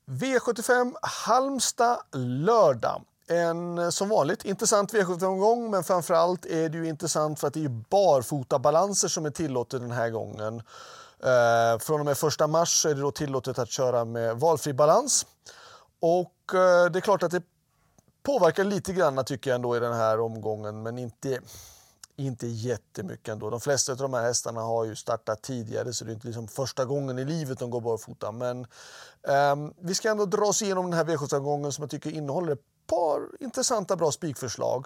V75 Halmstad lördag. En som vanligt intressant V75-omgång, men framförallt är det ju intressant för att det är barfotabalanser som är tillåtet den här gången. Från och med 1 mars är det då tillåtet att köra med valfri balans. Och det är klart att det påverkar lite grann tycker jag ändå i den här omgången, men inte jättemycket ändå. De flesta av de här hästarna har ju startat tidigare, så det är inte liksom första gången i livet de går barfota. Men vi ska ändå dra oss igenom den här V75-omgången som jag tycker innehåller ett par intressanta bra spikförslag.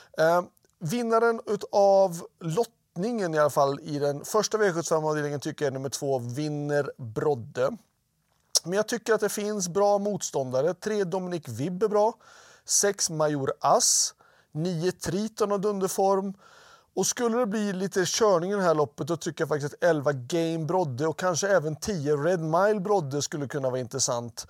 Vinnaren av lottningen i alla fall i den första V75-avdelningen tycker jag är nummer 2, Vinner Brodde. Men jag tycker att det finns bra motståndare. 3 Dominic Vibb är bra. 6 Major Ass. 9 Triton av dunderform. Och skulle det bli lite körning i det här loppet, då tycker jag faktiskt att 11 Game Brodde och kanske även 10 Red Mile Brodde skulle kunna vara intressant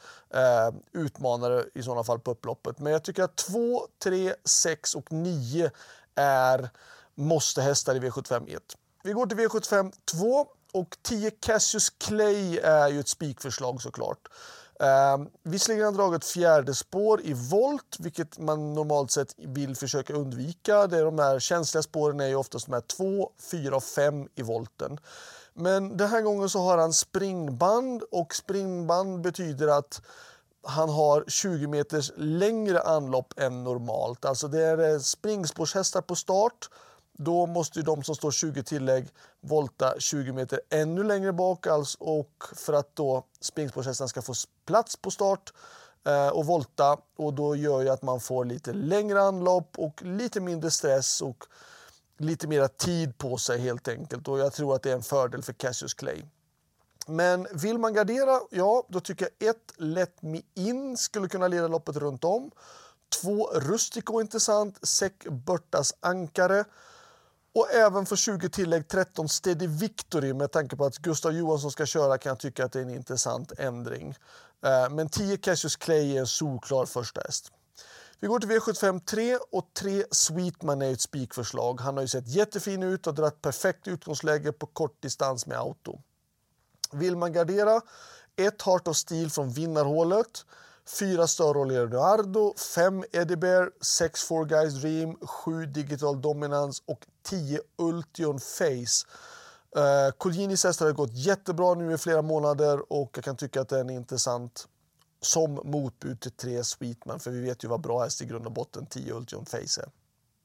utmanare i sådana fall på upploppet. Men jag tycker att 2, 3, 6 och 9 är måste hästar i V75 1. Vi går till V75 2 och 10 Cassius Clay är ju ett spikförslag såklart. Visserligen har dragit 4:e spår i volt, vilket man normalt sett vill försöka undvika. De här känsliga spåren är ju oftast de här 2, 4 och 5 i volten. Men den här gången så har han springband, och springband betyder att han har 20 meters längre anlopp än normalt. Alltså det är springspårshästar på start. Då måste ju de som står 20 tillägg volta 20 meter ännu längre bak, alltså, och för att då springspårshästarna ska få plats på start och volta, och då gör ju att man får lite längre anlopp och lite mindre stress och lite mera tid på sig helt enkelt, och jag tror att det är en fördel för Cassius Clay. Men vill man gardera, ja då tycker jag 1 Let Me In skulle kunna leda loppet runt om. 2 Rustico intressant, 6 Börtas Ankare. Och även för 20 tillägg 13 Steady Victory, med tanke på att Gustav Johansson ska köra kan jag tycka att det är en intressant ändring. Men 10 Cassius Clay är en solklar första häst. Vi går till V75 3 och 3 Sweetman är ett spikförslag. Han har ju sett jättefin ut och dragit perfekt utgångsläge på kort distans med auto. Vill man gardera 1 Heart of Steel från vinnarhålet, 4 Star Leonardo, 5 Eddie Bear, 6 Four Guys Dream, 7 Digital Dominance och 10 Ultion Face. Colginis hästar har gått jättebra nu i flera månader, och jag kan tycka att det är en intressant som motbud till 3 Sweetman, för vi vet ju vad bra häst i grund och botten 10 Ultion Face är.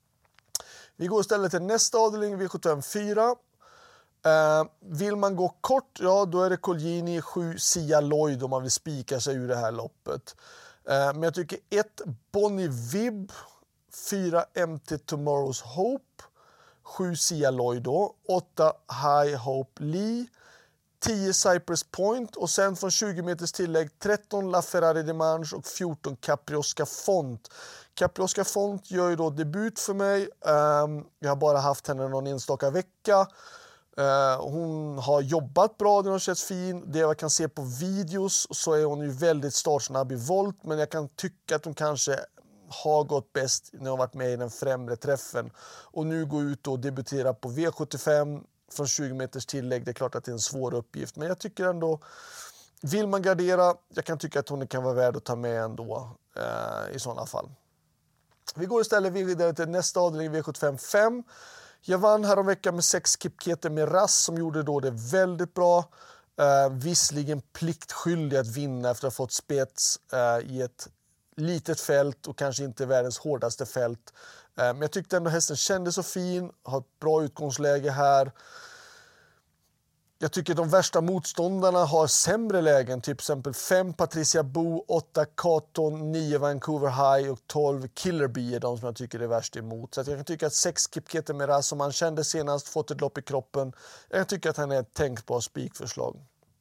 Vi går istället till nästa avdelning, V75 4. Vill man gå kort, ja då är det Colgini 7 Sia Lloyd om man vill spika sig ur det här loppet. Men jag tycker 1 Bonnie Vibb, 4 MT Tomorrow's Hope, 7 Sia Lloyd då, 8 High Hope Lee, 10 Cypress Point och sen från 20 meters tillägg 13 La Ferrari Demange och 14 Capriosca Font. Capriosca Font gör ju då debut för mig. Jag har bara haft henne någon enstaka vecka. Hon har jobbat bra, den har känts fin. Det jag kan se på videos så är hon ju väldigt startsnabb i volt, men jag kan tycka att hon kanske har gått bäst när hon varit med i den främre träffen. Och nu gå ut och debutera på V75 från 20 meters tillägg, det är klart att det är en svår uppgift. Men jag tycker ändå, vill man gardera, jag kan tycka att hon kan vara värd att ta med ändå i sådana fall. Vi går istället vidare till nästa avdelning, V75 5. Jag vann här om veckan med 6 Kipketer med Rass som gjorde då det väldigt bra. Visserligen pliktskyldig att vinna efter att ha fått spets i ett litet fält och kanske inte världens hårdaste fält. Men jag tyckte ändå hästen kändes så fin, har ett bra utgångsläge här. Jag tycker de värsta motståndarna har sämre lägen, typ exempel 5 Patricia Bo, 8 Carton, 9 Vancouver High och 12 Killer Bee är de som jag tycker är värst emot. Så jag kan tycka att 6 Kipketer Mera som han kände senast, fått ett lopp i kroppen. Jag kan tycka att han är ett tänkbart spikförslag.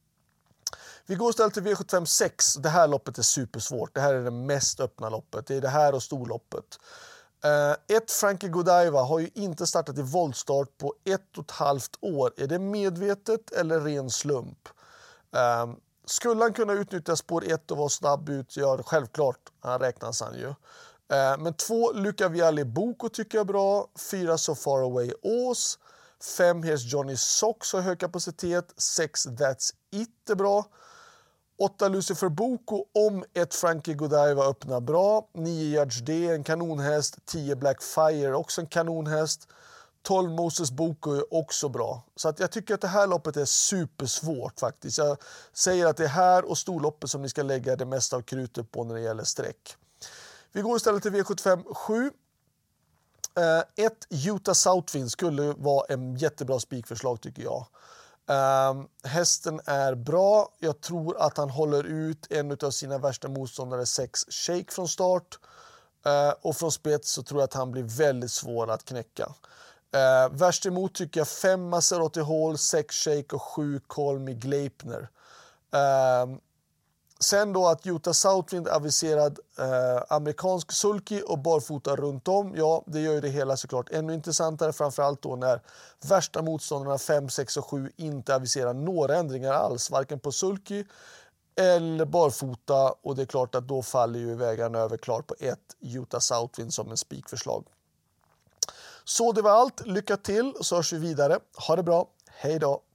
Vi går istället till V75 6. Det här loppet är supersvårt. Det här är det mest öppna loppet. Det är det här och storloppet. 1 Frankie Godiva har ju inte startat i voltstart på 1,5 år. Är det medvetet eller ren slump? Skulle han kunna utnyttja spår 1 och vara snabb ut? Ja, självklart. Han räknas han ju. Men 2 Luca Vialli Boko tycker jag är bra. 4 So Far Away Ås. 5 Here's Johnny Sox har hög kapacitet. 6 That's It är bra. 8 Lucifer Boko om ett Frankie Godiva öppnar bra. 9 Judge D, en kanonhäst. 10 Blackfire, också en kanonhäst. 12 Moses Boko är också bra. Så att jag tycker att det här loppet är supersvårt faktiskt. Jag säger att det är här och storloppet som ni ska lägga det mesta av krutet på när det gäller streck. Vi går istället till V75 7. Ett Utah Southwind skulle vara en jättebra spikförslag tycker jag. Hästen är bra. Jag tror att han håller ut en av sina värsta motståndare 6 Shake från start. Och från spets så tror jag att han blir väldigt svår att knäcka. Värst emot tycker jag 5 Maserati Hall, 6 Shake och 7 Call Me Gleipner. Sen då att Utah Southwind aviserad amerikansk sulky och barfota runt om. Ja, det gör ju det hela såklart ännu intressantare. Framförallt då när värsta motståndarna 5, 6 och 7 inte aviserar några ändringar alls. Varken på sulky eller barfota. Och det är klart att då faller ju vägen över klart på ett Utah Southwind som en spikförslag. Så det var allt. Lycka till så hörs vi vidare. Ha det bra. Hej då!